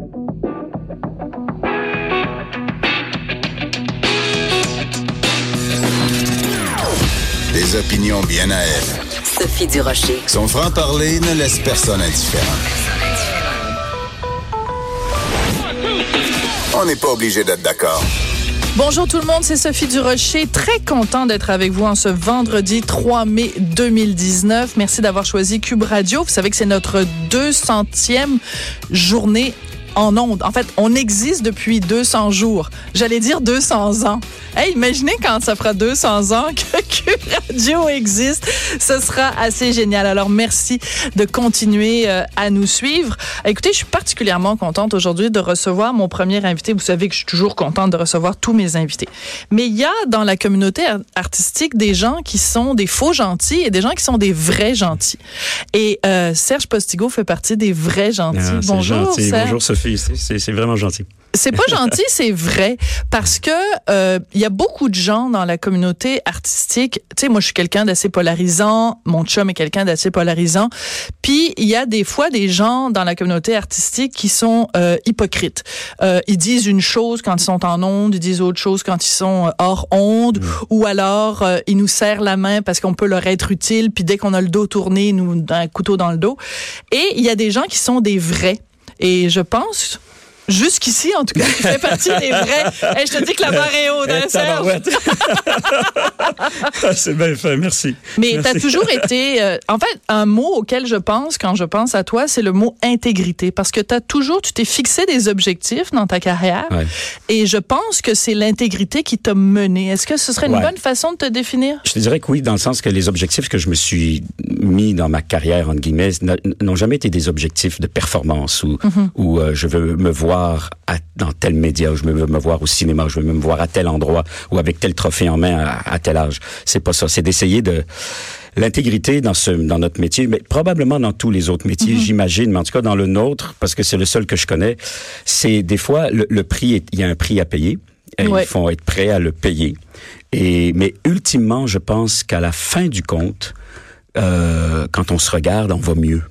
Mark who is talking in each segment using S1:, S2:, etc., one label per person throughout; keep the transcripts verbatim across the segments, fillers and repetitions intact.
S1: Des opinions bien à elle.
S2: Sophie Durocher.
S1: Son franc-parler ne laisse personne indifférent. On n'est pas obligé d'être d'accord.
S3: Bonjour tout le monde, c'est Sophie Durocher. Très content d'être avec vous en ce vendredi trois mai deux mille dix-neuf. Merci d'avoir choisi Cube Radio. Vous savez que c'est notre deux centième journée en ondes. En fait, on existe depuis deux cents jours. J'allais dire deux cents ans. Hey, imaginez quand ça fera deux cents ans que Cube Radio existe. Ce sera assez génial. Alors, merci de continuer euh, à nous suivre. Écoutez, je suis particulièrement contente aujourd'hui de recevoir mon premier invité. Vous savez que je suis toujours contente de recevoir tous mes invités. Mais il y a dans la communauté artistique des gens qui sont des faux gentils et des gens qui sont des vrais gentils. Et euh, Serge Postigo fait partie des vrais gentils.
S4: Ah,
S3: Bonjour,
S4: gentil.
S3: Serge.
S4: Bonjour, Sophie. C'est, c'est, c'est vraiment gentil.
S3: C'est pas gentil, c'est vrai. Parce que euh, il y a beaucoup de gens dans la communauté artistique. Tu sais, moi, je suis quelqu'un d'assez polarisant. Mon chum est quelqu'un d'assez polarisant. Puis, il y a des fois des gens dans la communauté artistique qui sont euh, hypocrites. Euh, ils disent une chose quand ils sont en onde, ils disent autre chose quand ils sont hors onde. Mmh. Ou alors, euh, ils nous serrent la main parce qu'on peut leur être utile. Puis, dès qu'on a le dos tourné, ils nous donnent un couteau dans le dos. Et il y a des gens qui sont des vrais. Et je pense... Jusqu'ici, en tout cas, il fait partie des vrais. Hey, je te dis que la barre est haute, hein, Serge?
S4: C'est bien fait, merci.
S3: Mais
S4: merci.
S3: Tu as toujours été... Euh, en fait, un mot auquel je pense quand je pense à toi, c'est le mot intégrité. Parce que tu as toujours... Tu t'es fixé des objectifs dans ta carrière. Ouais. Et je pense que c'est l'intégrité qui t'a mené. Est-ce que ce serait une ouais. bonne façon de te définir?
S4: Je te dirais que oui, dans le sens que les objectifs que je me suis mis dans ma carrière, entre guillemets, n'ont jamais été des objectifs de performance ou, mm-hmm. ou euh, je veux me voir À, dans tel média, où je veux me voir au cinéma, où je veux me voir à tel endroit, ou avec tel trophée en main à, à tel âge. C'est pas ça. C'est d'essayer de... L'intégrité dans ce dans notre métier, mais probablement dans tous les autres métiers, mm-hmm. j'imagine, mais en tout cas dans le nôtre, parce que c'est le seul que je connais, c'est des fois, le, le prix, est, il y a un prix à payer. Et ouais. Il faut être prêt à le payer. Et, mais ultimement, je pense qu'à la fin du compte, euh, quand on se regarde, on va mieux.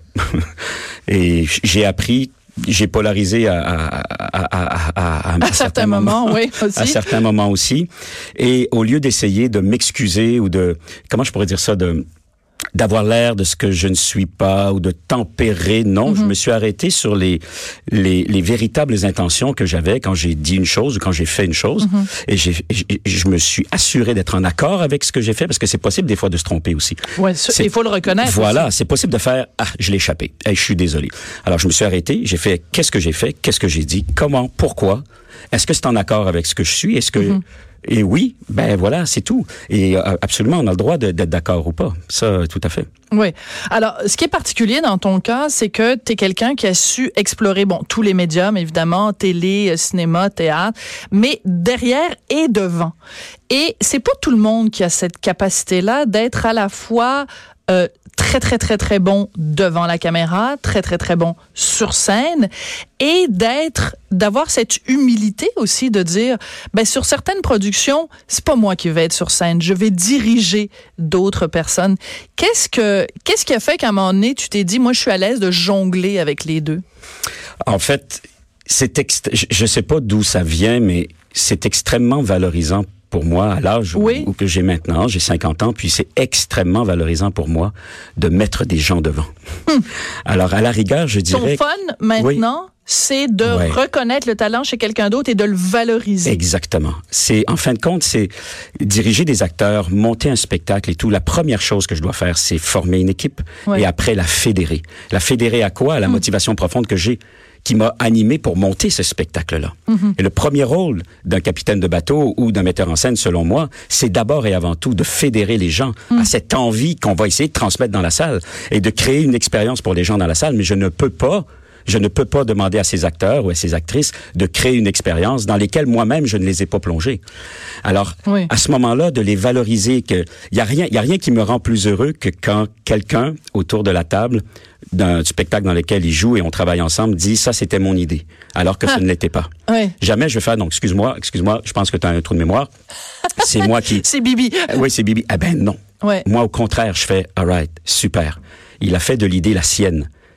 S4: Et j'ai appris... J'ai polarisé à, à, à, à, à, à, à certains moments, moments oui, aussi. à certains moments aussi. Et au lieu d'essayer de m'excuser ou de, comment je pourrais dire ça, de d'avoir l'air de ce que je ne suis pas ou de tempérer, non, mm-hmm. je me suis arrêté sur les les, les véritables intentions que j'avais quand j'ai dit une chose ou quand j'ai fait une chose, mm-hmm. et j'ai, je me suis assuré d'être en accord avec ce que j'ai fait, parce que c'est possible des fois de se tromper aussi.
S3: Ouais, il faut le reconnaître.
S4: Voilà,
S3: aussi.
S4: C'est possible de faire ah, je l'ai échappé, hey, je suis désolé. Alors je me suis arrêté, j'ai fait qu'est-ce que j'ai fait, qu'est-ce que j'ai dit, comment, pourquoi, est-ce que c'est en accord avec ce que je suis, est-ce que mm-hmm. Et oui, ben voilà, c'est tout. Et euh, absolument, on a le droit de, d'être d'accord ou pas. Ça, tout à fait.
S3: Oui. Alors, ce qui est particulier dans ton cas, c'est que tu es quelqu'un qui a su explorer, bon, tous les médias, évidemment, télé, cinéma, théâtre, mais derrière et devant. Et c'est pas tout le monde qui a cette capacité-là d'être à la fois... Euh, très, très, très, très bon devant la caméra, très, très, très bon sur scène, et d'être, d'avoir cette humilité aussi de dire, ben, sur certaines productions, c'est pas moi qui vais être sur scène, je vais diriger d'autres personnes. Qu'est-ce que, qu'est-ce qui a fait qu'à un moment donné, tu t'es dit, moi, je suis à l'aise de jongler avec les deux?
S4: En fait, c'est ext- je sais pas d'où ça vient, mais c'est extrêmement valorisant pour moi, à l'âge oui. où, où que j'ai maintenant, j'ai cinquante ans, puis c'est extrêmement valorisant pour moi de mettre des gens devant. Hum. Alors, à la rigueur, je dirais...
S3: Ton fun, maintenant, oui. c'est de ouais. reconnaître le talent chez quelqu'un d'autre et de le valoriser.
S4: Exactement. C'est, en fin de compte, c'est diriger des acteurs, monter un spectacle et tout. La première chose que je dois faire, c'est former une équipe oui. et après la fédérer. La fédérer à quoi? À la hum. motivation profonde que j'ai, qui m'a animé pour monter ce spectacle-là. Mm-hmm. Et le premier rôle d'un capitaine de bateau ou d'un metteur en scène, selon moi, c'est d'abord et avant tout de fédérer les gens mm. à cette envie qu'on va essayer de transmettre dans la salle et de créer une expérience pour les gens dans la salle. Mais je ne peux pas, je ne peux pas demander à ces acteurs ou à ces actrices de créer une expérience dans lesquelles moi-même je ne les ai pas plongés. Alors, oui. à ce moment-là, de les valoriser, que il y a rien, il y a rien qui me rend plus heureux que quand quelqu'un autour de la table d'un spectacle dans lequel ils jouent et on travaille ensemble dit ça c'était mon idée alors que ah. ce ne l'était pas. Oui. Jamais je vais faire donc excuse-moi, excuse-moi, je pense que tu as un trou de mémoire. C'est moi qui
S3: C'est Bibi.
S4: Euh, oui, c'est Bibi. Ah ben non. Ouais. Moi au contraire, je fais all right, super. Il a fait de l'idée la sienne.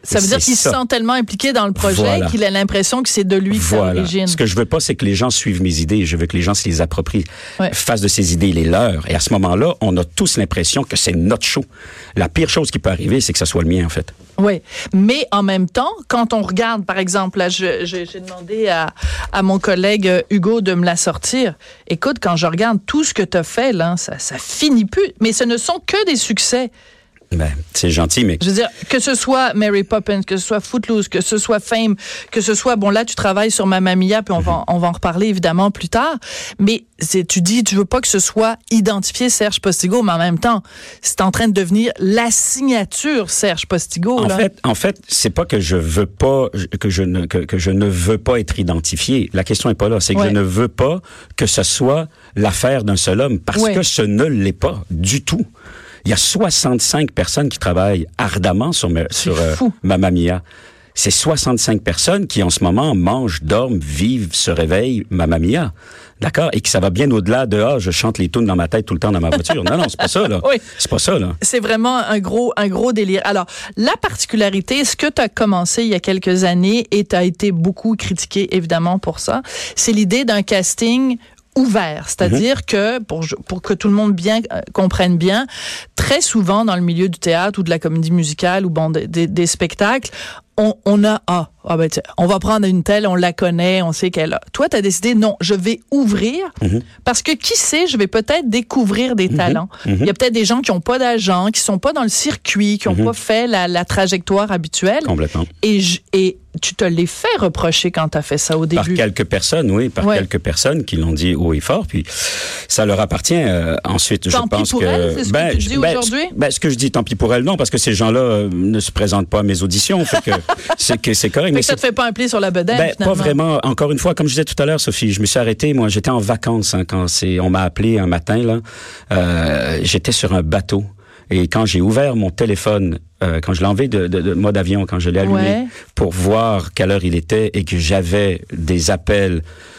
S3: Ça veut
S4: c'est
S3: dire qu'il
S4: ça.
S3: se sent tellement impliqué dans le projet
S4: Voilà.
S3: qu'il a l'impression que c'est de lui que c'est
S4: Voilà.
S3: l'origine.
S4: Ce que je veux pas, c'est que les gens suivent mes idées. Je veux que les gens se les approprient,
S3: Ouais.
S4: fassent de ces idées les leurs. Et à ce moment-là, on a tous l'impression que c'est notre show. La pire chose qui peut arriver, c'est que ça soit le mien, en fait.
S3: Oui, mais en même temps, quand on regarde, par exemple, là, je, je, j'ai demandé à, à mon collègue Hugo de me la sortir. Écoute, quand je regarde tout ce que tu as fait, là, ça, ça finit plus. Mais ce ne sont que des succès.
S4: Ben, c'est gentil, mais...
S3: Je veux dire, que ce soit Mary Poppins, que ce soit Footloose, que ce soit Fame, que ce soit, bon là, tu travailles sur Mamma Mia, puis on va, on va en reparler évidemment plus tard, mais c'est, tu dis, tu veux pas que ce soit identifié Serge Postigo, mais en même temps, c'est en train de devenir la signature Serge Postigo.
S4: En
S3: là.
S4: fait, en fait, c'est pas que je veux pas, que je ne, que, que je ne veux pas être identifié. La question est pas là. C'est que
S3: Ouais.
S4: je ne veux pas que ce soit l'affaire d'un seul homme, parce
S3: Ouais.
S4: que ce ne l'est pas du tout. Il y a soixante-cinq personnes qui travaillent ardemment sur, me, sur euh,
S3: fou.
S4: Mamma Mia. C'est soixante-cinq personnes qui, en ce moment, mangent, dorment, vivent, se réveillent Mamma Mia. D'accord? Et que ça va bien au-delà de « Ah, je chante les tunes dans ma tête tout le temps dans ma voiture ». Non, non, c'est pas ça, là.
S3: Oui.
S4: C'est pas ça, là.
S3: C'est vraiment un gros, un gros délire. Alors, la particularité, ce que tu as commencé il y a quelques années et tu as été beaucoup critiqué, évidemment, pour ça, c'est l'idée d'un casting ouvert, c'est-à-dire mm-hmm. que pour pour que tout le monde bien euh, comprenne bien, très souvent dans le milieu du théâtre ou de la comédie musicale ou bon des, des, des spectacles, on, on a ah, ah ben on va prendre une telle, on la connaît, on sait qu'elle a. Toi, tu as décidé non, je vais ouvrir mm-hmm. parce que qui sait, je vais peut-être découvrir des mm-hmm. talents. Mm-hmm. Il y a peut-être des gens qui ont pas d'agent, qui sont pas dans le circuit, qui ont mm-hmm. pas fait la, la trajectoire habituelle.
S4: Complètement.
S3: Et je, et tu te l'es fait reprocher quand tu as fait ça au début.
S4: Par quelques personnes, oui, par
S3: ouais.
S4: quelques personnes qui l'ont dit haut et fort, puis ça leur appartient. Euh, ensuite,
S3: tant
S4: je pense
S3: pis pour
S4: que...
S3: elle, c'est ce
S4: ben,
S3: que tu dis
S4: ben,
S3: aujourd'hui?
S4: Ben, ce que je dis, tant pis pour elle, non, parce que ces gens-là euh, ne se présentent pas à mes auditions, fait que c'est, que c'est correct.
S3: Fait
S4: mais
S3: que ça te fait pas un pli sur la bedaine,
S4: ben,
S3: finalement.
S4: Pas vraiment. Encore une fois, comme je disais tout à l'heure, Sophie, je me suis arrêté, moi, j'étais en vacances hein, quand c'est, on m'a appelé un matin, là, euh, j'étais sur un bateau. Et quand j'ai ouvert mon téléphone, euh, quand je l'ai enlevé de, de, de mode avion, quand je l'ai allumé
S3: ouais.
S4: pour voir quelle heure il était et que j'avais des appels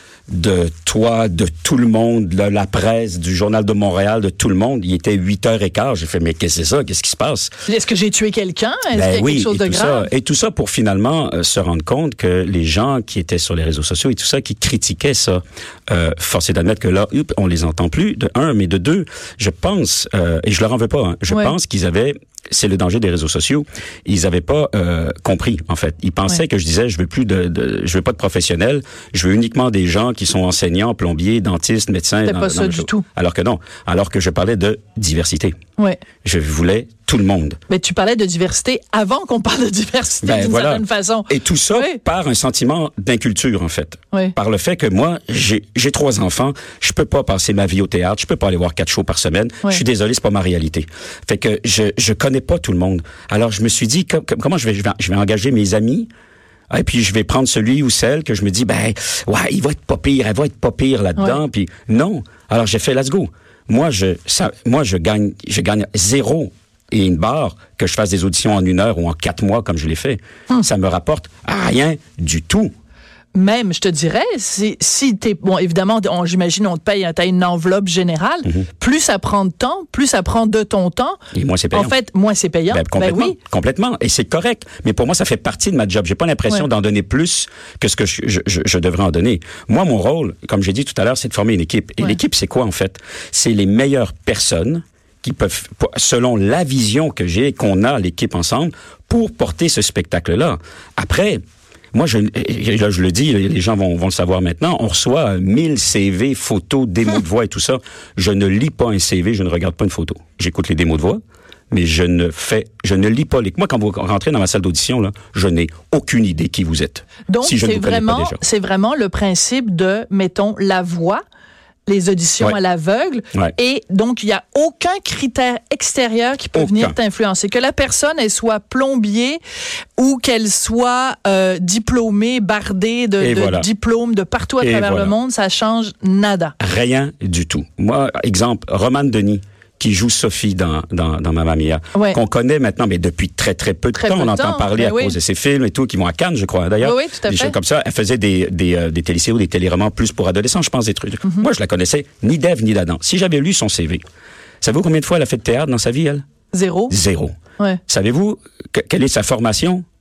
S4: de toi, de tout le monde, de la presse, du Journal de Montréal, de tout le monde, il était huit heures quinze. J'ai fait, mais qu'est-ce que c'est ça? Qu'est-ce qui se passe?
S3: Est-ce que j'ai tué quelqu'un? Est-ce
S4: ben
S3: qu'il y a
S4: oui,
S3: quelque chose de
S4: tout
S3: grave?
S4: Ça, et tout ça pour finalement euh, se rendre compte que les gens qui étaient sur les réseaux sociaux et tout ça, qui critiquaient ça, euh, force est d'admettre que là, on les entend plus, de un, mais de deux, je pense, euh, et je leur en veux pas, hein, je
S3: ouais.
S4: pense qu'ils avaient... C'est le danger des réseaux sociaux. Ils avaient pas euh, compris, en fait. Ils pensaient ouais. que je disais, je veux plus de, de, je veux pas de professionnels. Je veux uniquement des gens qui sont enseignants, plombiers, dentistes, médecins.
S3: C'était
S4: dans,
S3: pas
S4: dans
S3: ça du
S4: show.
S3: tout.
S4: Alors que non. Alors que je parlais de diversité.
S3: Ouais.
S4: Je voulais tout le monde.
S3: Mais tu parlais de diversité avant qu'on parle de diversité
S4: ben,
S3: d'une
S4: voilà.
S3: certaine façon.
S4: Et tout ça
S3: oui.
S4: par un sentiment d'inculture, en fait.
S3: Oui.
S4: Par le fait que moi, j'ai, j'ai trois enfants, je peux pas passer ma vie au théâtre, je peux pas aller voir quatre shows par semaine. Oui. Je suis désolé, c'est pas ma réalité. Fait que je, je connais pas tout le monde. Alors, je me suis dit, com- comment je vais, je vais, je vais engager mes amis? Et puis, je vais prendre celui ou celle que je me dis, ben, ouais, il va être pas pire, elle va être pas pire là-dedans. Oui. Puis, non. Alors, j'ai fait, let's go. Moi, je, ça, moi, je gagne, je gagne zéro et une barre que je fasse des auditions en une heure ou en quatre mois comme je l'ai fait. Hum. Ça me rapporte rien du tout.
S3: Même, je te dirais, si, si t'es, bon, évidemment, on, j'imagine, on te paye, t'as une enveloppe générale. Mm-hmm. Plus ça prend de temps, plus ça prend de ton temps.
S4: Et moins c'est payant.
S3: En fait, moins c'est payant.
S4: Ben, complètement.
S3: Ben oui.
S4: Complètement. Et c'est correct. Mais pour moi, ça fait partie de ma job. J'ai pas l'impression ouais. d'en donner plus que ce que je, je, je, je devrais en donner. Moi, mon rôle, comme j'ai dit tout à l'heure, c'est de former une équipe. Et ouais. l'équipe, c'est quoi, en fait? C'est les meilleures personnes qui peuvent, selon la vision que j'ai, qu'on a, l'équipe ensemble, pour porter ce spectacle-là. Après, moi, je, là, je le dis, les gens vont, vont le savoir maintenant, on reçoit mille C V, photos, démos de voix et tout ça. Je ne lis pas un C V, je ne regarde pas une photo. J'écoute les démos de voix, mais je ne fais, je ne lis pas les... Moi, quand vous rentrez dans ma salle d'audition, là, je n'ai aucune idée qui vous êtes.
S3: Donc,
S4: si je
S3: c'est
S4: ne vous connais
S3: vraiment,
S4: pas déjà.
S3: c'est vraiment le principe de, mettons, la voix, les auditions
S4: ouais.
S3: à l'aveugle.
S4: Ouais.
S3: Et donc, il n'y a aucun critère extérieur qui peut
S4: aucun.
S3: venir t'influencer. Que la personne, elle soit plombier ou qu'elle soit euh, diplômée, bardée de, de
S4: voilà.
S3: diplômes de partout à
S4: Et
S3: travers
S4: voilà.
S3: le monde, ça change nada.
S4: Rien du tout. Moi, exemple, Romane Denis, qui joue Sophie dans, dans, dans Mamma Mia,
S3: ouais.
S4: qu'on connaît maintenant, mais depuis très, très peu de
S3: très
S4: temps.
S3: Peu
S4: on
S3: de
S4: entend
S3: temps,
S4: parler à
S3: oui.
S4: cause de ses films et tout, qui vont à Cannes, je crois, d'ailleurs.
S3: Oui, oui, tout à
S4: des
S3: fait.
S4: choses comme ça. Elle faisait des, des, euh, des téléséries ou des téléromans plus pour adolescents, je pense, des trucs. Mm-hmm. Moi, je la connaissais ni d'Ève ni d'Adam. Si j'avais lu son C V, savez-vous combien de fois elle a fait de théâtre dans sa vie, elle?
S3: Zéro.
S4: Zéro.
S3: Ouais.
S4: Savez-vous que, quelle est sa formation?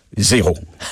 S4: Zéro.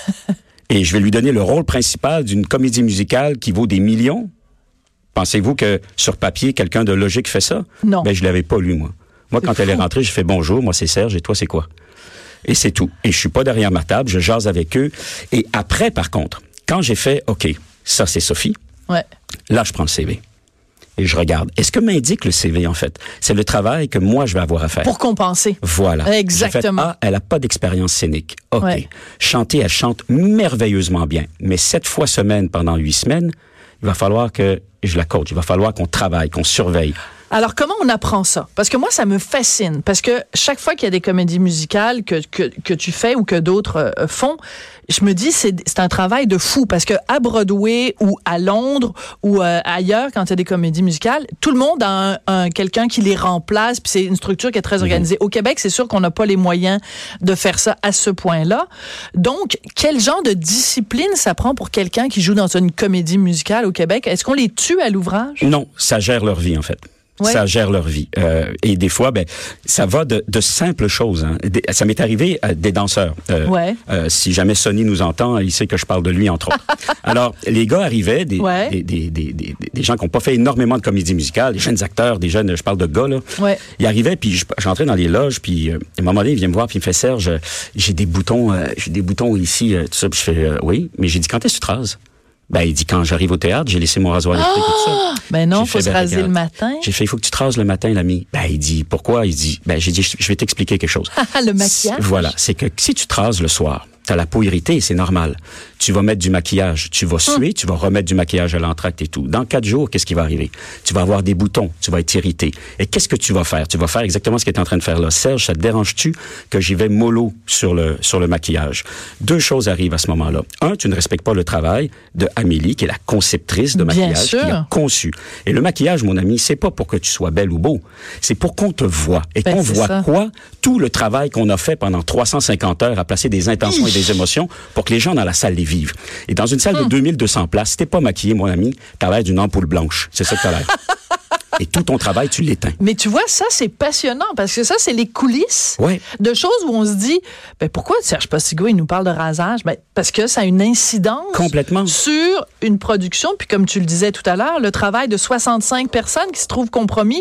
S4: Et je vais lui donner le rôle principal d'une comédie musicale qui vaut des millions. Pensez-vous que, sur papier, quelqu'un de logique fait ça?
S3: Non.
S4: Ben, je l'avais pas lu, moi. Moi,
S3: C'est
S4: quand
S3: fou.
S4: elle est rentrée, j'ai fait bonjour, moi c'est Serge, et toi c'est quoi? Et c'est tout. Et je suis pas derrière ma table, je jase avec eux. Et après, par contre, quand j'ai fait, OK, ça c'est Sophie,
S3: Ouais.
S4: là je prends le C V. Et je regarde. Et ce que m'indique le C V, en fait, c'est le travail que moi je vais avoir à faire.
S3: Pour compenser.
S4: Voilà.
S3: Exactement.
S4: J'ai fait, ah, elle a pas d'expérience scénique. OK.
S3: Ouais.
S4: Chanter, elle chante merveilleusement bien. Mais sept fois semaine pendant huit semaines, il va falloir que je la coach. Il va falloir qu'on travaille, qu'on surveille.
S3: Alors, comment on apprend ça? Parce que moi, ça me fascine. Parce que chaque fois qu'il y a des comédies musicales que, que, que tu fais ou que d'autres euh, font, je me dis, c'est, c'est un travail de fou. Parce que à Broadway ou à Londres ou euh, ailleurs, quand il y a des comédies musicales, tout le monde a un, un, quelqu'un qui les remplace. Puis c'est une structure qui est très organisée. Mm-hmm. Au Québec, c'est sûr qu'on n'a pas les moyens de faire ça à ce point-là. Donc, quel genre de discipline ça prend pour quelqu'un qui joue dans une comédie musicale au Québec? Est-ce qu'on les tue à l'ouvrage?
S4: Non, ça gère leur vie, en fait. Ouais. Ça gère leur vie. Euh, et des fois, ben, ça va de, de simples choses. Hein. Des, ça m'est arrivé à des danseurs. Euh,
S3: ouais.
S4: euh, si jamais Sonny nous entend, il sait que je parle de lui, entre autres. Alors, les gars arrivaient, des,
S3: ouais.
S4: des, des, des, des, des gens qui n'ont pas fait énormément de comédie musicale, des jeunes acteurs, des jeunes, je parle de gars, là.
S3: Ouais.
S4: Ils arrivaient, puis je, j'entrais dans les loges, puis euh, à un moment donné, il vient me voir, puis il me fait, Serge, j'ai des boutons, euh, j'ai des boutons ici, euh, tout ça. Puis je fais, euh, oui, mais j'ai dit, quand est-ce que tu te rases? Ben, il dit, quand j'arrive au théâtre, j'ai laissé mon rasoir électrique et tout ça.
S3: Ben non,
S4: j'ai
S3: faut
S4: fait,
S3: se
S4: ben,
S3: raser
S4: regarde.
S3: le matin.
S4: J'ai fait, il faut que tu te rases le matin, l'ami. Ben, il dit, pourquoi? Il dit, ben, j'ai dit, je vais t'expliquer quelque chose.
S3: le maquillage?
S4: Voilà. C'est que si tu te rases le soir, t'as la peau irritée, c'est normal. Tu vas mettre du maquillage, tu vas suer, hum. tu vas remettre du maquillage à l'entracte et tout. Dans quatre jours, qu'est-ce qui va arriver? Tu vas avoir des boutons, tu vas être irrité. Et qu'est-ce que tu vas faire? Tu vas faire exactement ce que tu es en train de faire là. Serge, ça te dérange-tu que j'y vais mollo sur le, sur le maquillage? Deux choses arrivent à ce moment-là. Un, tu ne respectes pas le travail de Amélie, qui est la conceptrice de
S3: Bien
S4: maquillage,
S3: sûr.
S4: qui a conçu. Et le maquillage, mon ami, c'est pas pour que tu sois belle ou beau. C'est pour qu'on te voie. Et
S3: ben,
S4: qu'on voit
S3: ça.
S4: quoi? Tout le travail qu'on a fait pendant trois cent cinquante heures à placer des intentions
S3: Ish.
S4: et des émotions pour que les gens dans la salle les vivent. Et dans une salle hum. de deux mille deux cents places, si t'es pas maquillé, mon ami, t'as l'air d'une ampoule blanche. C'est ça que t'as l'air. Et tout ton travail, tu l'éteins.
S3: Mais tu vois, ça, c'est passionnant parce que ça, c'est les coulisses
S4: ouais.
S3: de choses où on se dit, ben pourquoi Serge Postigo, il nous parle de rasage? Ben, parce que ça a une incidence
S4: complètement
S3: sur une production. Puis comme tu le disais tout à l'heure, le travail de soixante-cinq personnes qui se trouvent compromis,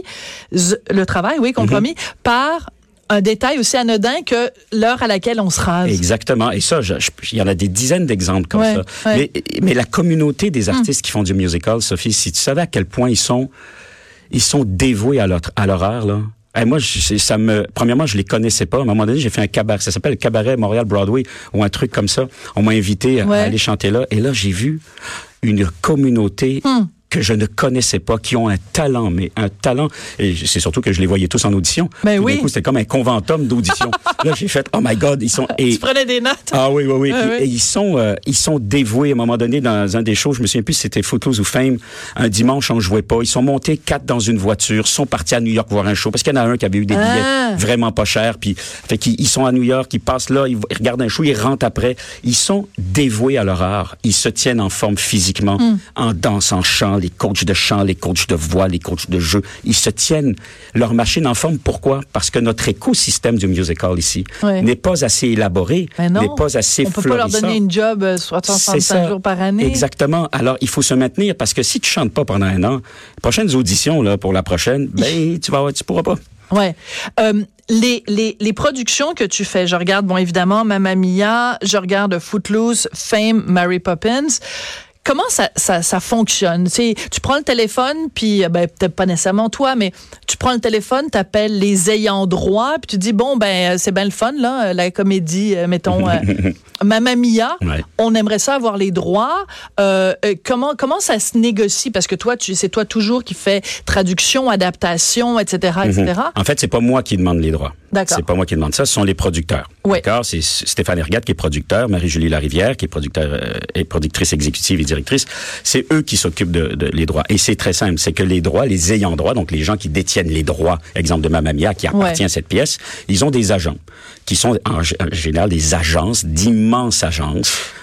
S3: le travail, oui, compromis, mm-hmm. par un détail aussi anodin que l'heure à laquelle on se rase.
S4: Exactement. Et ça, il y en a des dizaines d'exemples comme
S3: ouais,
S4: ça.
S3: Ouais.
S4: Mais, mais la communauté des artistes
S3: mm.
S4: qui font du musical, Sophie, si tu savais à quel point ils sont, ils sont dévoués à leur, à leur art, là. Et moi, je, ça me, premièrement, je les connaissais pas. À un moment donné, j'ai fait un cabaret. Ça s'appelle le Cabaret Montréal Broadway ou un truc comme ça. On m'a invité
S3: ouais.
S4: à aller chanter là. Et là, j'ai vu une communauté mm. que je ne connaissais pas, qui ont un talent, mais un talent. Et c'est surtout que je les voyais tous en audition.
S3: Ben oui.
S4: Du coup, c'était comme un conventum d'audition. Là, j'ai fait, oh my God, ils sont... Et,
S3: tu prenais des notes?
S4: Ah oui, oui, oui.
S3: Ah,
S4: Puis,
S3: oui.
S4: Et ils sont, euh, ils sont dévoués. À un moment donné, dans un des shows, je me souviens plus si c'était Footloose ou Fame, un dimanche, on jouait pas. Ils sont montés quatre dans une voiture, sont partis à New York voir un show, parce qu'il y en a un qui avait eu des billets
S3: ah.
S4: vraiment pas chers. Puis, fait qu'ils ils sont à New York, ils passent là, ils, ils regardent un show, ils rentrent après. Ils sont dévoués à leur art. Ils se tiennent en forme physiquement, mm. en danse, en chant, les coachs de chant, les coachs de voix, les coachs de jeu, ils se tiennent leur machine en forme. Pourquoi? Parce que notre écosystème du musical ici
S3: ouais.
S4: n'est pas assez élaboré,
S3: n'est
S4: pas assez
S3: on
S4: florissant.
S3: On peut pas leur donner une job euh, soixante-cinq jours par année.
S4: Exactement. Alors, il faut se maintenir parce que si tu chantes pas pendant un an, les prochaines auditions là, pour la prochaine, ben, tu vas, tu pourras pas.
S3: Ouais. Euh, les, les, les productions que tu fais, je regarde, bon, évidemment, Mamma Mia, je regarde Footloose, Fame, Mary Poppins. Comment ça, ça, ça fonctionne? T'sais, tu prends le téléphone, puis ben, peut-être pas nécessairement toi, mais tu prends le téléphone, t'appelles les ayants droit, puis tu dis, bon, ben c'est bien le fun, là, la comédie, mettons, euh, Mamma Mia,
S4: ouais.
S3: on aimerait ça avoir les droits. Euh, comment, comment ça se négocie? Parce que toi, tu, c'est toi toujours qui fais traduction, adaptation, et cetera, et cetera.
S4: En fait, c'est pas moi qui demande les droits.
S3: D'accord.
S4: C'est pas moi qui demande ça, ce sont les producteurs.
S3: Ouais.
S4: D'accord? C'est Stéphane Hergat qui est producteur, Marie-Julie Larivière qui est producteur euh, et productrice exécutive et directrice. C'est eux qui s'occupent de, de les droits. Et c'est très simple, c'est que les droits, les ayants droit, donc les gens qui détiennent les droits, exemple de Mamma Mia, qui appartient ouais. à cette pièce, ils ont des agents qui sont en, en général des agences, d'immenses agences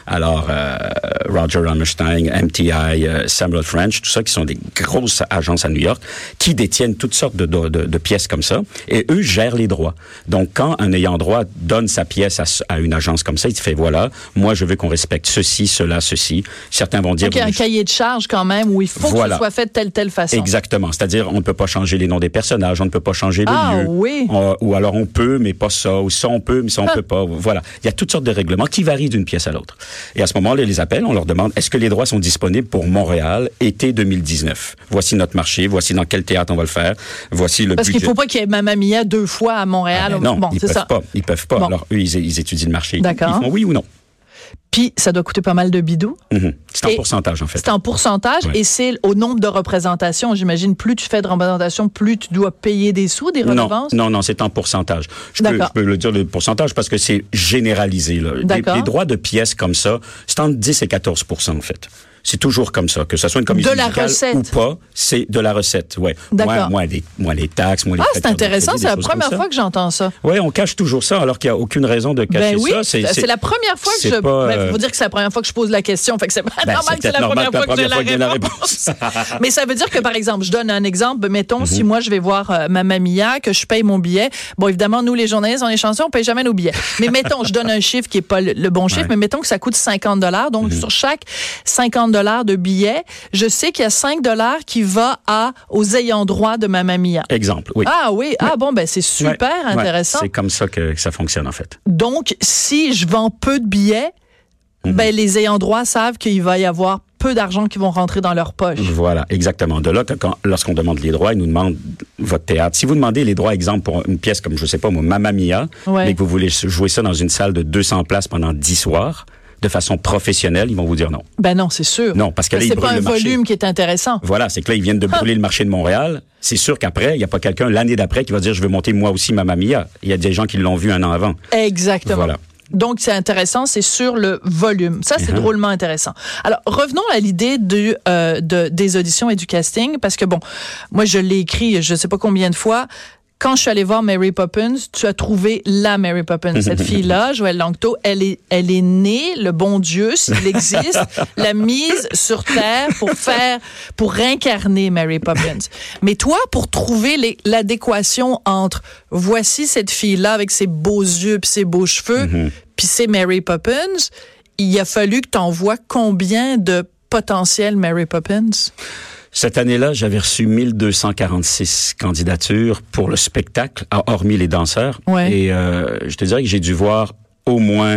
S4: Alors, euh, Roger Hammerstein, M T I, euh, Samuel French, tout ça, qui sont des grosses agences à New York, qui détiennent toutes sortes de, de, de, de pièces comme ça, et eux gèrent les droits. Donc, quand un ayant droit donne sa pièce à, à une agence comme ça, il te fait, voilà, moi, je veux qu'on respecte ceci, cela, ceci. Certains vont dire...
S3: Donc, il y a un cahier de charge quand même où il faut voilà. que ce soit fait de telle, telle façon.
S4: Exactement. C'est-à-dire, on ne peut pas changer les noms des personnages, on ne peut pas changer le
S3: ah,
S4: lieu.
S3: oui.
S4: On, ou alors, on peut, mais pas ça. Ou ça, on peut, mais ça, on ah. peut pas. Voilà. Il y a toutes sortes de règlements qui varient d'une pièce à l'autre. Et à ce moment-là, les appels, on leur demande, est-ce que les droits sont disponibles pour Montréal, été deux mille dix-neuf? Voici notre marché, voici dans quel théâtre on va le faire, voici le
S3: Parce
S4: budget.
S3: qu'il ne faut pas qu'il y ait Mamma Mia deux fois à Montréal.
S4: Ah ben non,
S3: bon,
S4: ils
S3: c'est
S4: peuvent
S3: ça.
S4: pas. Ils peuvent pas. Bon. Alors, eux, ils, ils étudient le marché.
S3: D'accord.
S4: Ils font oui ou non.
S3: Puis, ça doit coûter pas mal de bidous.
S4: Mm-hmm. C'est en et pourcentage, en fait.
S3: C'est en pourcentage
S4: ouais.
S3: et c'est au nombre de représentations. J'imagine, plus tu fais de représentations, plus tu dois payer des sous, des redevances?
S4: Non, non, non, c'est en pourcentage. Je peux, je peux le dire, le pourcentage, parce que c'est généralisé. Là. Les, les droits de pièces comme ça, c'est entre dix et quatorze pour cent, en fait. C'est toujours comme ça, que ce soit une comédie
S3: de la
S4: musicale
S3: recette.
S4: ou pas, c'est de la recette, ouais. Moins, moins, les, moins les taxes, moins les
S3: Ah, c'est intéressant, c'est la première fois que j'entends ça.
S4: Oui, on cache toujours ça, alors qu'il n'y a aucune raison de cacher
S3: ben oui,
S4: ça.
S3: C'est, c'est, c'est la première fois que je... Il ben, faut dire que c'est la première fois que je pose la question, fait que c'est pas ben, normal c'est que c'est la première, fois, que j'ai la, la réponse. Mais ça veut dire que, par exemple, je donne un exemple, mettons, mm-hmm. si moi je vais voir euh, Mamma Mia, que je paye mon billet, bon, évidemment, nous, les journalistes, on est chanceux, on paye jamais nos billets. Mais mettons, je donne un chiffre qui est pas le, le bon chiffre, ouais. mais mettons que ça coûte cinquante dollars, donc mm-hmm. sur chaque cinquante dollars de billets, je sais qu'il y a cinq dollars qui va à, aux ayants droit de Mamma Mia.
S4: Exemple, oui.
S3: Ah oui, ah bon, ben c'est super
S4: ouais.
S3: intéressant.
S4: Ouais. C'est comme ça que, que ça fonctionne, en fait.
S3: Donc, si je vends peu de billets, mm-hmm. ben les ayants droit savent qu'il va y avoir peu d'argent qui vont rentrer dans leur poche.
S4: Voilà, exactement. De là, que quand, lorsqu'on demande les droits, ils nous demandent votre théâtre. Si vous demandez les droits, exemple, pour une pièce comme, je sais pas, moi, Mamma Mia, ouais. mais que vous voulez jouer ça dans une salle de deux cents places pendant dix soirs, de façon professionnelle, ils vont vous dire non.
S3: Ben non, c'est sûr.
S4: Non, parce que là,
S3: c'est
S4: ils brûlent
S3: pas un
S4: le marché.
S3: volume qui est intéressant.
S4: Voilà, c'est que là, ils viennent de brûler ah. le marché de Montréal. C'est sûr qu'après, il n'y a pas quelqu'un l'année d'après qui va dire, je veux monter moi aussi Mamma Mia. Il y a des gens qui l'ont vu un an avant.
S3: Exactement.
S4: Voilà.
S3: Donc, c'est intéressant, c'est sur le volume. Ça, c'est uh-huh. drôlement intéressant. Alors, revenons à l'idée du, euh, de, des auditions et du casting, parce que bon, moi, je l'ai écrit je ne sais pas combien de fois. Quand je suis allée voir Mary Poppins, tu as trouvé la Mary Poppins. Cette fille-là, Joëlle Langto, elle est, elle est née, le bon Dieu, s'il existe, l'a mise sur Terre pour faire, pour incarner Mary Poppins. Mais toi, pour trouver les, l'adéquation entre voici cette fille-là avec ses beaux yeux puis ses beaux cheveux, mm-hmm. puis c'est Mary Poppins, il a fallu que tu envoies combien de potentiels Mary Poppins?
S4: Cette année-là, j'avais reçu mille deux cent quarante-six candidatures pour le spectacle, hormis les danseurs.
S3: Ouais.
S4: Et euh, je te dirais que j'ai dû voir au moins,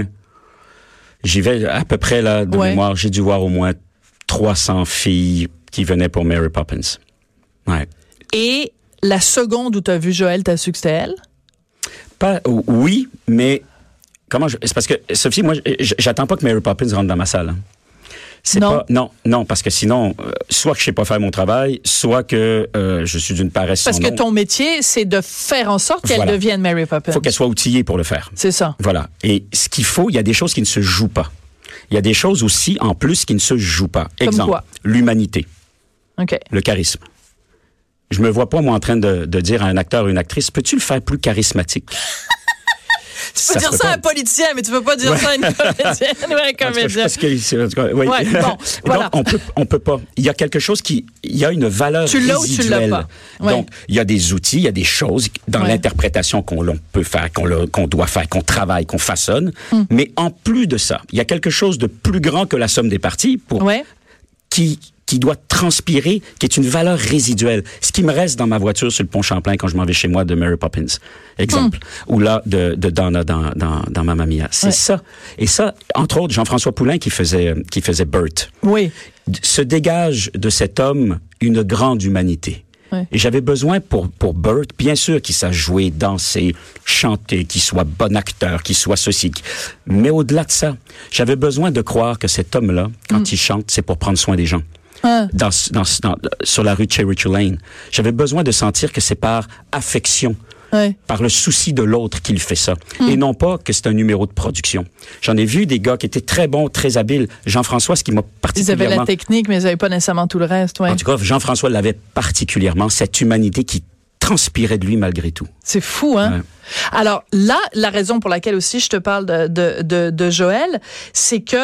S4: j'y vais à peu près là de ouais. mémoire, j'ai dû voir au moins trois cents filles qui venaient pour Mary Poppins. Ouais.
S3: Et la seconde où tu as vu Joëlle, t'as su que c'était elle?
S4: Pas, oui, mais comment je, c'est parce que, Sophie, moi, j'attends pas que Mary Poppins rentre dans ma salle. Hein. C'est
S3: non.
S4: Pas, non, non, parce que sinon, euh, soit que je sais pas faire mon travail, soit que euh, je suis d'une paresse sans
S3: Parce que
S4: nom.
S3: ton métier, c'est de faire en sorte qu'elle
S4: voilà.
S3: devienne Mary Poppins.
S4: Il faut qu'elle soit outillée pour le faire.
S3: C'est ça.
S4: Voilà. Et ce qu'il faut, il y a des choses qui ne se jouent pas. Il y a des choses aussi, en plus, qui ne se jouent pas.
S3: Comme
S4: Exemple,
S3: quoi?
S4: L'humanité.
S3: OK.
S4: Le charisme. Je me vois pas, moi, en train de, de dire à un acteur ou une actrice, peux-tu le faire plus charismatique?
S3: Tu peux ça dire ça pas. à un politicien, mais tu peux pas dire ouais. ça à une comédienne ou à un comédien.
S4: Parce que, c'est, en tout cas, oui.
S3: Ouais, bon, voilà.
S4: Donc, on peut, on peut pas. Il y a quelque chose qui, il y a une valeur
S3: tu l'as
S4: résiduelle.
S3: Ou tu l'as pas. Ouais.
S4: Donc, il y a des outils, il y a des choses dans ouais. l'interprétation qu'on l'on peut faire, qu'on, le, qu'on doit faire, qu'on travaille, qu'on façonne. Mm. Mais en plus de ça, il y a quelque chose de plus grand que la somme des parties pour
S3: ouais.
S4: qui qui doit transpirer, qui est une valeur résiduelle. Ce qui me reste dans ma voiture sur le pont Champlain quand je m'en vais chez moi de Mary Poppins, exemple, mm. ou là de, de Donna dans, dans, dans Mamma Mia. C'est ouais. ça. Et ça, entre autres, Jean-François Poulain qui faisait qui faisait Bert.
S3: Oui.
S4: Se dégage de cet homme une grande humanité.
S3: Ouais.
S4: Et j'avais besoin pour pour Bert, bien sûr, qu'il sache jouer, danser, chanter, qu'il soit bon acteur, qu'il soit ceci. Mais au-delà de ça, j'avais besoin de croire que cet homme-là, quand mm. il chante, c'est pour prendre soin des gens.
S3: Ah.
S4: Dans, dans, dans, sur la rue Cherry Lane. J'avais besoin de sentir que c'est par affection,
S3: ouais.
S4: par le souci de l'autre qu'il fait ça, mm. et non pas que c'est un numéro de production. J'en ai vu des gars qui étaient très bons, très habiles. Jean-François, ce qui m'a particulièrement...
S3: Ils avaient la technique, mais ils n'avaient pas nécessairement tout le reste. Ouais.
S4: En tout cas, Jean-François l'avait particulièrement, cette humanité qui transpirait de lui malgré tout.
S3: C'est fou, hein? Ouais. Alors là, la raison pour laquelle aussi je te parle de, de, de, de Joëlle, c'est que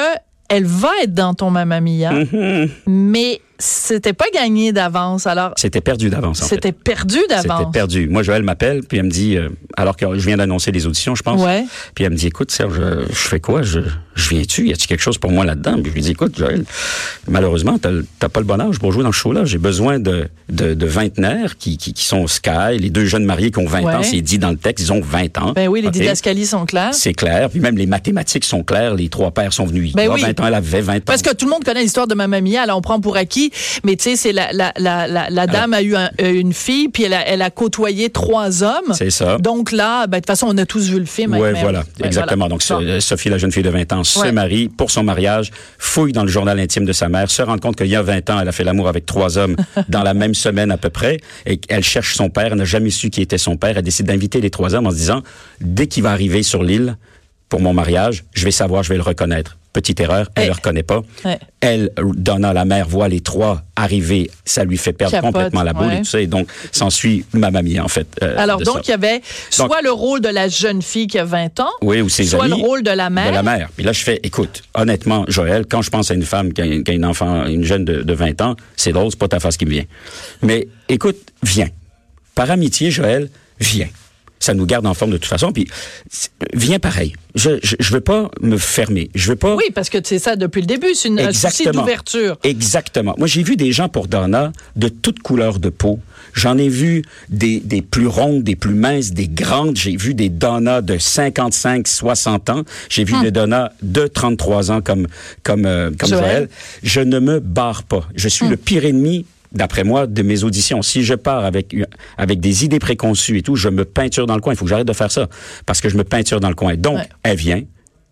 S3: elle va être dans ton Mamma Mia, mm-hmm. mais c'était pas gagné d'avance. Alors
S4: c'était perdu d'avance. En
S3: c'était
S4: fait.
S3: perdu d'avance.
S4: C'était perdu. Moi, Joël m'appelle puis elle me dit, euh, alors que je viens d'annoncer les auditions, je pense.
S3: Ouais.
S4: Puis elle me dit, écoute Serge, je, je fais quoi Je, je viens-tu Y a-t-il quelque chose pour moi là-dedans Puis je lui dis, écoute Joël, malheureusement, t'as, t'as pas le bon âge pour jouer dans ce show-là. J'ai besoin de de, de vingtenaires qui, qui qui sont au Sky, les deux jeunes mariés qui ont vingt ouais. ans. C'est dit dans le texte, ils ont vingt ans.
S3: Ben oui, les
S4: okay.
S3: didascalies sont claires.
S4: C'est clair. Puis même les mathématiques sont claires. Les trois pères sont venus.
S3: Ben
S4: il y a
S3: oui.
S4: vingt ans, elle avait vingt ans.
S3: Parce que tout le monde connaît l'histoire de Mamma Mia. Alors on prend pour acquis, mais tu sais, c'est La, la, la, la, la dame Alors, a eu un, une fille, puis elle a, elle a côtoyé trois hommes.
S4: C'est ça.
S3: Donc là, ben, de toute façon, on a tous vu le film.
S4: Oui, voilà, ouais, exactement. Voilà. Donc, ça. Sophie, la jeune fille de vingt ans, ouais. se marie pour son mariage, fouille dans le journal intime de sa mère, se rend compte qu'il y a vingt ans, elle a fait l'amour avec trois hommes dans la même semaine à peu près, et elle cherche son père, elle n'a jamais su qui était son père. Elle décide d'inviter les trois hommes en se disant, dès qu'il va arriver sur l'île pour mon mariage, je vais savoir, je vais le reconnaître. Petite erreur, elle ne le reconnaît pas. Ouais. Elle, Donna, la mère, voit les trois arriver. Ça lui fait perdre Capote, complètement la boule ouais. et tout ça. Et donc, s'ensuit Mamma Mia, en fait. Euh,
S3: Alors, donc, il y avait soit donc, le rôle de la jeune fille qui a vingt ans,
S4: oui, ou ses
S3: soit
S4: amis,
S3: le rôle de la mère.
S4: De la mère. Puis là, je fais, écoute, honnêtement, Joël, quand je pense à une femme qui a, qui a une enfant, une jeune de, de vingt ans, c'est drôle, c'est pas ta face qui me vient. Mais écoute, viens. Par amitié, Joël, viens. Ça nous garde en forme de toute façon. Puis, viens pareil. Je, je, je veux pas me fermer. Je veux pas.
S3: Oui, parce que c'est ça depuis le début. C'est une un souci d'ouverture.
S4: Exactement. Moi, j'ai vu des gens pour Donna de toutes couleurs de peau. J'en ai vu des, des plus rondes, des plus minces, des grandes. J'ai vu des Donna de cinquante-cinq, soixante ans. J'ai vu hum. des Donna de trente-trois ans comme, comme, euh, comme Joël. Joël. Je ne me barre pas. Je suis hum. le pire ennemi, d'après moi, de mes auditions. Si je pars avec avec des idées préconçues et tout, je me peinture dans le coin. Il faut que j'arrête de faire ça parce que je me peinture dans le coin. Donc, ouais. elle vient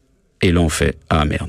S4: et là, on fait « Ah, merde ».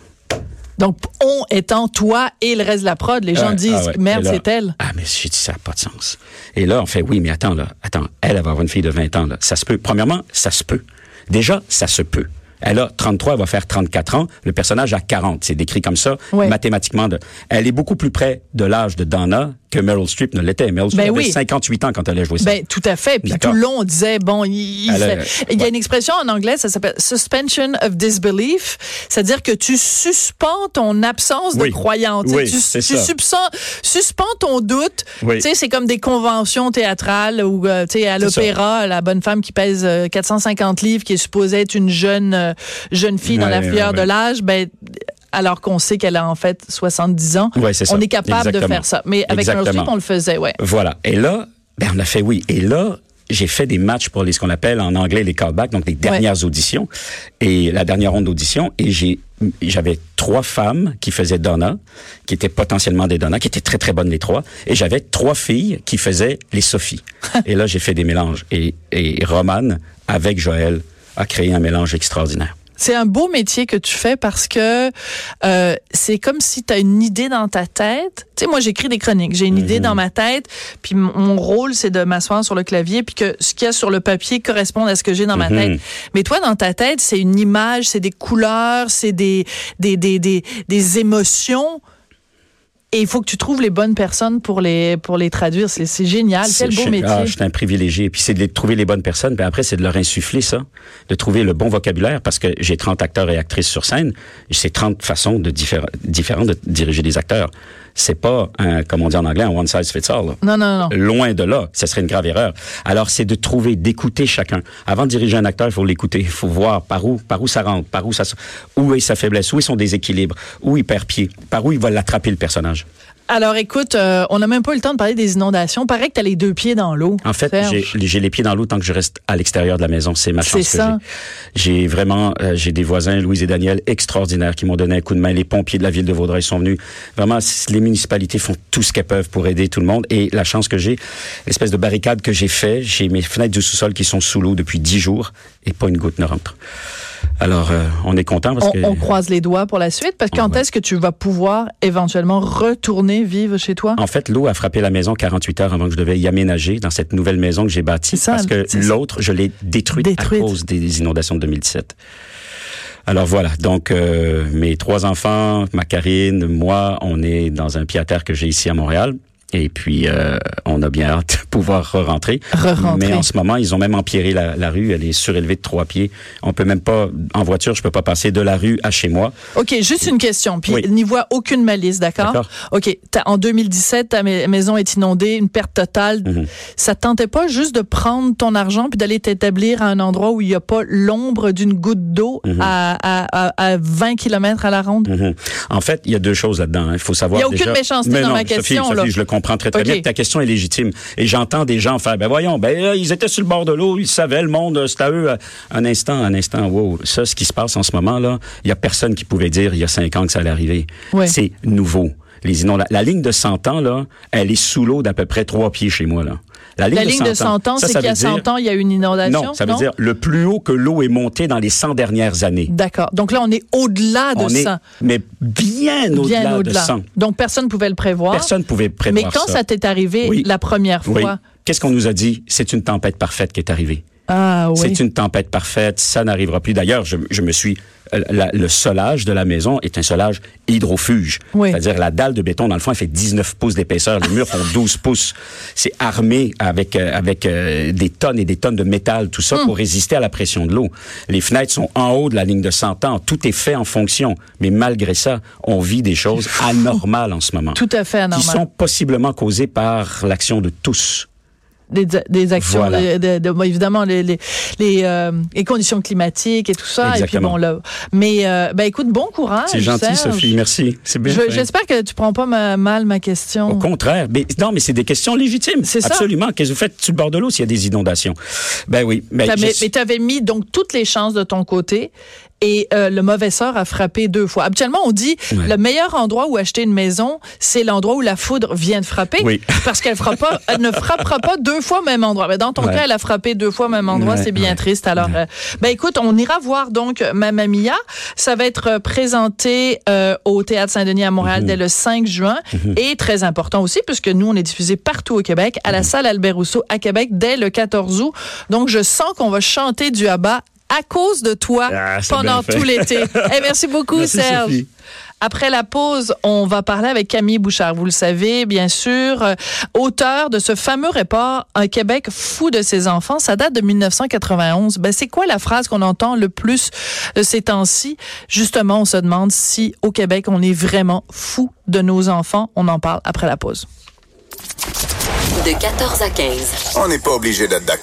S3: Donc, on étant toi et le reste de la prod, les gens euh, disent ah ouais. « Merde, là, c'est elle ».
S4: Ah, mais j'ai dit ça n'a pas de sens. Et là, on fait « Oui, mais attends, là, attends, elle, elle va avoir une fille de vingt ans. Là. Ça se peut. Premièrement, ça se peut. Déjà, ça se peut. Elle a trente-trois, elle va faire trente-quatre ans. Le personnage a quarante. C'est décrit comme ça, ouais. mathématiquement. De... Elle est beaucoup plus près de l'âge de Donna que Meryl Streep ne l'était. Meryl Streep ben avait oui. cinquante-huit ans quand elle a joué ça.
S3: Ben, tout à fait. Puis D'accord. tout le long, on disait, bon, il, il, fait... a... il y a ouais. une expression en anglais, ça s'appelle suspension of disbelief. C'est-à-dire que tu suspends ton absence oui. de croyance.
S4: Oui,
S3: tu,
S4: c'est
S3: tu
S4: ça.
S3: Subsens, suspends ton doute.
S4: Oui.
S3: Tu sais, c'est comme des conventions théâtrales où, euh, tu sais, à l'opéra, ça. La bonne femme qui pèse euh, quatre cent cinquante livres, qui est supposée être une jeune, euh, jeune fille dans ouais, la fleur ouais, ouais. de l'âge, ben, alors qu'on sait qu'elle a en fait soixante-dix ans.
S4: Ouais, c'est ça.
S3: On est capable
S4: Exactement.
S3: de faire ça. Mais avec Meryl Streep, on le faisait, ouais.
S4: Voilà. Et là, ben, on a fait oui. Et là, j'ai fait des matchs pour les, ce qu'on appelle en anglais les callbacks, donc les dernières ouais. auditions. Et la dernière ronde d'audition. Et j'ai, j'avais trois femmes qui faisaient Donna, qui étaient potentiellement des Donna, qui étaient très, très bonnes les trois. Et j'avais trois filles qui faisaient les Sophie. Et là, j'ai fait des mélanges. Et, et Romane, avec Joël, a créé un mélange extraordinaire.
S3: C'est un beau métier que tu fais parce que euh, c'est comme si tu as une idée dans ta tête. Tu sais, moi, j'écris des chroniques. J'ai une mm-hmm. idée dans ma tête, puis m- mon rôle, c'est de m'asseoir sur le clavier, puis que ce qu'il y a sur le papier corresponde à ce que j'ai dans mm-hmm. ma tête. Mais toi, dans ta tête, c'est une image, c'est des couleurs, c'est des, des, des, des, des émotions. Et il faut que tu trouves les bonnes personnes pour les pour les traduire. C'est, c'est génial. C'est, Quel beau métier.
S4: Ah, je suis un privilégié. Puis c'est de trouver les bonnes personnes. Puis après, c'est de leur insuffler ça, de trouver le bon vocabulaire. Parce que j'ai trente acteurs et actrices sur scène. C'est trente façons de diffé- différentes de diriger des acteurs. C'est pas un, comme on dit en anglais, un one size fits all. Là.
S3: Non, non, non.
S4: Loin de là. Ça serait une grave erreur. Alors, c'est de trouver, d'écouter chacun. Avant de diriger un acteur, il faut l'écouter. Il faut voir par où, par où ça rentre, par où ça, où est sa faiblesse, où est son déséquilibre, où il perd pied, par où il va l'attraper le personnage.
S3: Alors, écoute, euh, on n'a même pas eu le temps de parler des inondations. Paraît que tu as les deux pieds dans l'eau.
S4: En fait, j'ai, j'ai les pieds dans l'eau tant que je reste à l'extérieur de la maison. C'est ma chance
S3: C'est
S4: que
S3: ça.
S4: j'ai. J'ai vraiment, euh, j'ai des voisins, Louise et Daniel, extraordinaires, qui m'ont donné un coup de main. Les pompiers de la ville de Vaudreuil sont venus. Vraiment, les municipalités font tout ce qu'elles peuvent pour aider tout le monde. Et la chance que j'ai, l'espèce de barricade que j'ai fait, j'ai mes fenêtres du sous-sol qui sont sous l'eau depuis dix jours et pas une goutte ne rentre. Alors, euh, on est content parce
S3: on,
S4: que...
S3: On croise les doigts pour la suite, parce que quand ouais. est-ce que tu vas pouvoir éventuellement retourner vivre chez toi?
S4: En fait, l'eau a frappé la maison quarante-huit heures avant que je devais y aménager dans cette nouvelle maison que j'ai bâtie.
S3: Ça,
S4: parce que l'autre, ça. je l'ai détruite, détruite à cause des inondations de deux mille dix-sept. Alors voilà, donc euh, mes trois enfants, ma Karine, moi, on est dans un pied-à-terre que j'ai ici à Montréal. Et puis, euh, on a bien hâte de pouvoir re-rentrer.
S3: Re-rentrer.
S4: Mais en ce moment, ils ont même empiré la, la rue. Elle est surélevée de trois pieds. On peut même pas, en voiture, je peux pas passer de la rue à chez moi.
S3: OK, juste une question. Puis,
S4: Oui.
S3: n'y voit aucune malice, d'accord?
S4: D'accord.
S3: OK, t'as- en deux mille dix-sept, ta ma- maison est inondée, une perte totale.
S4: Mm-hmm.
S3: Ça te tentait pas juste de prendre ton argent puis d'aller t'établir à un endroit où il y a pas l'ombre d'une goutte d'eau
S4: Mm-hmm.
S3: à, à, à, à vingt kilomètres à la ronde?
S4: Mm-hmm. En fait, il y a deux choses là-dedans. Il faut savoir.
S3: Il y a aucune
S4: déjà...
S3: méchanceté
S4: Mais
S3: dans
S4: non,
S3: ma
S4: Sophie,
S3: question,
S4: Sophie,
S3: là.
S4: je le comprends très, très
S3: OK.
S4: bien. Ta question est légitime. Et j'entends des gens faire, ben voyons, ben là, ils étaient sur le bord de l'eau, ils savaient, le monde, c'était à eux. Un instant, un instant, wow. Ça, ce qui se passe en ce moment, là, il y a personne qui pouvait dire il y a cinq ans que ça allait arriver.
S3: Ouais.
S4: C'est nouveau. Les inondations. La ligne de cent ans, là, elle est sous l'eau d'à peu près trois pieds chez moi, là.
S3: La ligne de cent ans,
S4: ça,
S3: c'est
S4: ça
S3: qu'il y a
S4: veut dire-
S3: cent ans, il y a eu une inondation?
S4: Non, ça veut dire le plus haut que l'eau est montée dans les cent dernières années.
S3: D'accord. Donc là, on est au-delà de
S4: On est,
S3: ça.
S4: mais bien au-delà
S3: Bien
S4: de
S3: au-delà.
S4: cent.
S3: Donc, personne ne pouvait le prévoir.
S4: Personne ne pouvait prévoir
S3: Mais quand ça,
S4: ça.
S3: t'est arrivé
S4: Oui.
S3: la première
S4: Oui.
S3: fois?
S4: Qu'est-ce qu'on nous a dit? C'est une tempête parfaite qui est arrivée.
S3: Ah oui.
S4: C'est une tempête parfaite, ça n'arrivera plus. D'ailleurs, je, je me suis... La, le solage de la maison est un solage hydrofuge.
S3: Oui.
S4: C'est-à-dire la dalle de béton, dans le fond, elle fait dix-neuf pouces d'épaisseur. Les murs font douze pouces. C'est armé avec, euh, avec euh, des tonnes et des tonnes de métal, tout ça,
S3: Hum.
S4: pour résister à la pression de l'eau. Les fenêtres sont en haut de la ligne de cent ans. Tout est fait en fonction. Mais malgré ça, on vit des choses anormales en ce moment.
S3: Tout à fait anormal.
S4: Qui sont possiblement causées par l'action de tous.
S3: Des, des actions,
S4: Voilà.
S3: de, de, de, bon, évidemment, les, les, les, euh, les conditions climatiques et tout ça.
S4: Exactement.
S3: Et puis bon, là. Mais, euh, ben écoute, bon courage.
S4: C'est gentil,
S3: Serge.
S4: Sophie. Merci. C'est bien
S3: Je-
S4: fait.
S3: J'espère que tu prends pas ma- mal ma question.
S4: Au contraire. Mais, non, mais c'est des questions légitimes.
S3: C'est ça.
S4: Absolument. Qu'est-ce que vous faites sur le bord de l'eau s'il y a des inondations? Ben oui. Ben,
S3: T'as-
S4: je-
S3: mais mais tu avais mis donc toutes les chances de ton côté et euh, le mauvais sort a frappé deux fois. Habituellement, on dit
S4: Ouais.
S3: le meilleur endroit où acheter une maison, c'est l'endroit où la foudre vient de frapper.
S4: Oui.
S3: Parce qu'elle fera pas, elle ne frappera pas deux fois au même endroit. Mais dans ton
S4: Ouais.
S3: cas, elle a frappé deux fois au même endroit.
S4: Ouais,
S3: C'est bien
S4: ouais.
S3: triste. Alors,
S4: Ouais.
S3: euh, ben écoute, on ira voir donc Mamma Mia. Ça va être euh, présenté euh, au Théâtre Saint-Denis à Montréal
S4: Mm-hmm.
S3: dès le cinq juin. Et très important aussi, puisque nous, on est diffusé partout au Québec, à la
S4: Mm-hmm.
S3: salle Albert Rousseau à Québec dès le quatorze août. Donc, je sens qu'on va chanter du ABBA à cause de toi
S4: Ah, c'est
S3: pendant
S4: bien fait.
S3: tout l'été. Eh, merci beaucoup,
S4: Merci,
S3: Serge.
S4: Sophie.
S3: Après la pause, on va parler avec Camille Bouchard. Vous le savez, bien sûr, euh, auteur de ce fameux rapport « Un Québec fou de ses enfants ». Ça date de mille neuf cent quatre-vingt-onze. Ben, c'est quoi la phrase qu'on entend le plus de ces temps-ci? Justement, on se demande si au Québec, on est vraiment fou de nos enfants. On en parle après la pause.
S2: De quatorze à quinze.
S1: On n'est pas obligé d'être d'accord.